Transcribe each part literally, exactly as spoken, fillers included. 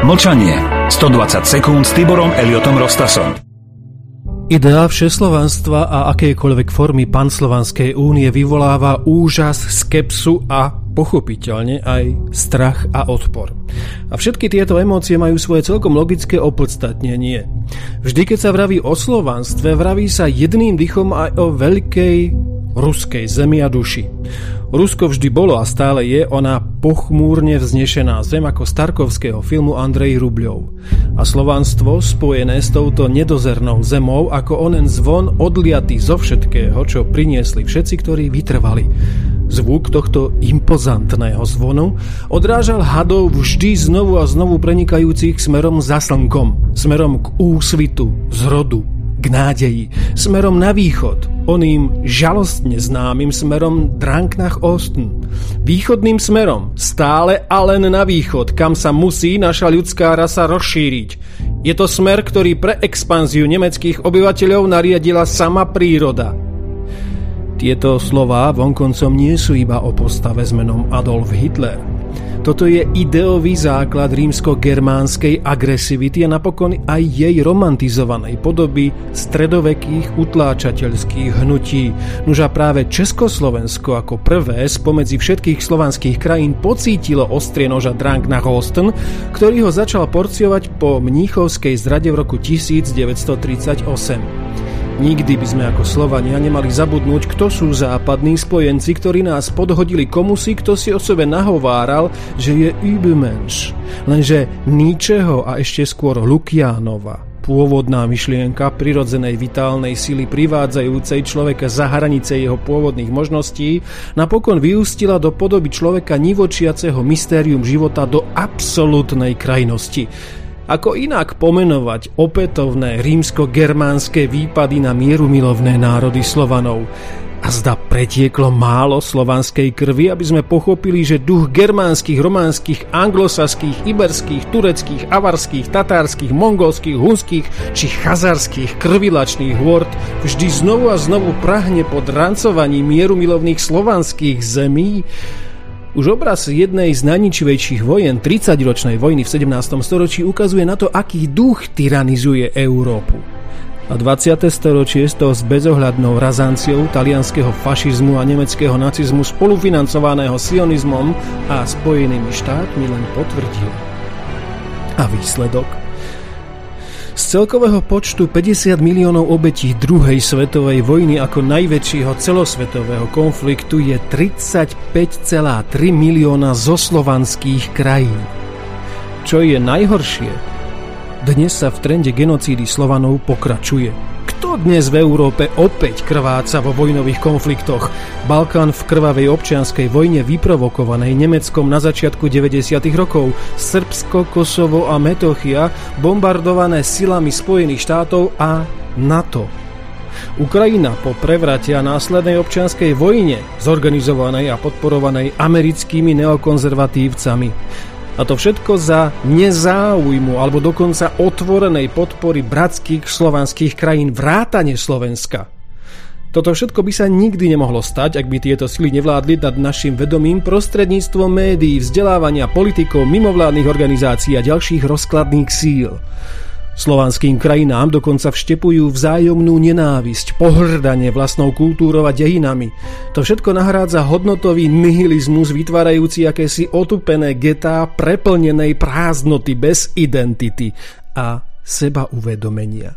Mlčanie. stodvadsať sekúnd s Tiborom Eliotom Rostasom. Idea všeslovanstva a akejkoľvek formy panslovanskej únie vyvoláva úžas, skepsu a pochopiteľne aj strach a odpor. A všetky tieto emócie majú svoje celkom logické opodstatnenie. Vždy, keď sa vraví o slovanstve, vraví sa jedným dychom aj o veľkej ruskej zemi a duši. Rusko vždy bolo a stále je ona pochmúrne vznešená zem ako z Tarkovského filmu Andrej Rubľov. A slovanstvo spojené s touto nedozernou zemou ako onen zvon odliatý zo všetkého, čo priniesli všetci, ktorí vytrvali. Zvuk tohto impozantného zvonu odrážal hadov vždy znovu a znovu prenikajúcich smerom za slnkom, smerom k úsvitu, zrodu, k nádeji, smerom na východ, oným žalostne známym smerom Dranknach Osten. Východným smerom, stále a len na východ, kam sa musí naša ľudská rasa rozšíriť. Je to smer, ktorý pre expanziu nemeckých obyvateľov nariadila sama príroda. Tieto slová vonkoncom nie sú iba o postave s menom Adolf Hitler. Toto je ideový základ rímsko-germánskej agresivity a napokon aj jej romantizovanej podoby stredovekých utláčateľských hnutí. Nuža práve Československo ako prvé spomedzi všetkých slovanských krajín pocítilo ostrie noža Dranknach Osten, ktorý ho začal porciovať po mníchovskej zrade v roku devätnásťtridsaťosem. Nikdy by sme ako Slovania nemali zabudnúť, kto sú západní spojenci, ktorí nás podhodili komusi, kto si o sebe nahováral, že je Übermensch. Lenže Nietzscheho a ešte skôr Lukianova pôvodná myšlienka prirodzenej vitálnej sily privádzajúcej človeka za hranice jeho pôvodných možností napokon vyústila do podoby človeka nivočiaceho mystérium života do absolútnej krajnosti. Ako inak pomenovať opätovné rímsko-germánske výpady na mierumilovné národy Slovanov? A zda pretieklo málo slovanskej krvi, aby sme pochopili, že duch germánskych, románskych, anglosaských, iberských, tureckých, avarských, tatárskych, mongolských, hunských či chazarských krvilačných hôrd vždy znovu a znovu prahne po drancovaní mierumilovných slovanských zemí? Už obraz jednej z najničivejších vojen, tridsaťročnej vojny v sedemnástom storočí, ukazuje na to, aký duch tyranizuje Európu. A dvadsiate storočie s tou bezohľadnou razanciou talianskeho fašizmu a nemeckého nacizmu spolufinancovaného sionizmom a Spojenými štátmi len potvrdil. A výsledok? Z celkového počtu päťdesiat miliónov obetí druhej svetovej vojny ako najväčšieho celosvetového konfliktu je tridsaťpäť celá tri milióna zo slovanských krajín. Čo je najhoršie, dnes sa v trende genocídy Slovanov pokračuje. Kto dnes v Európe opäť krváca vo vojnových konfliktoch? Balkán v krvavej občianskej vojne vyprovokovanej Nemeckom na začiatku deväťdesiatych rokov, Srbsko, Kosovo a Metochia bombardované silami Spojených štátov a NATO. Ukrajina po prevrate a následnej občianskej vojne, zorganizovanej a podporovanej americkými neokonzervatívcami. A to všetko za nezáujmu alebo dokonca otvorenej podpory bratských slovanských krajín vrátane Slovenska. Toto všetko by sa nikdy nemohlo stať, ak by tieto sily nevládli nad našim vedomím prostredníctvom médií, vzdelávania, politikov, mimovládnych organizácií a ďalších rozkladných síl. Slovanským krajinám dokonca vštepujú vzájomnú nenávisť, pohŕdanie vlastnou kultúrou a dejinami. To všetko nahrádza hodnotový nihilizmus vytvárajúci akési otupené getá preplnenej prázdnoty bez identity a sebauvedomenia.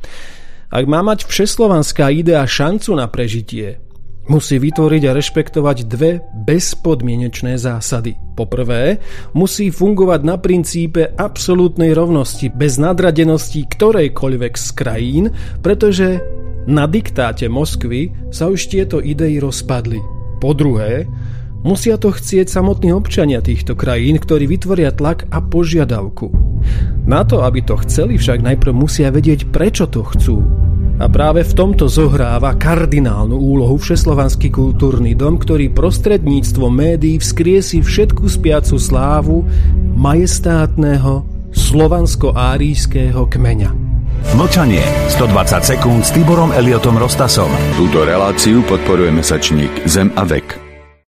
Ak má mať všeslovanská idea šancu na prežitie, musí vytvoriť a rešpektovať dve bezpodmienečné zásady. Po prvé, musí fungovať na princípe absolútnej rovnosti, bez nadradenosti ktorejkoľvek z krajín, pretože na diktáte Moskvy sa už tieto idei rozpadli. Po druhé, musia to chcieť samotní občania týchto krajín, ktorí vytvoria tlak a požiadavku. Na to, aby to chceli, však najprv musia vedieť, prečo to chcú. A práve v tomto zohráva kardinálnu úlohu Všeslovanský kultúrny dom, ktorý prostredníctvom médií vzkriesí všetku spiacu slávu majestátneho slovansko-árijského kmeňa. Mlčanie. stodvadsať sekúnd s Tiborom Eliotom Rostasom. Túto reláciu podporuje mesačník Zem a vek.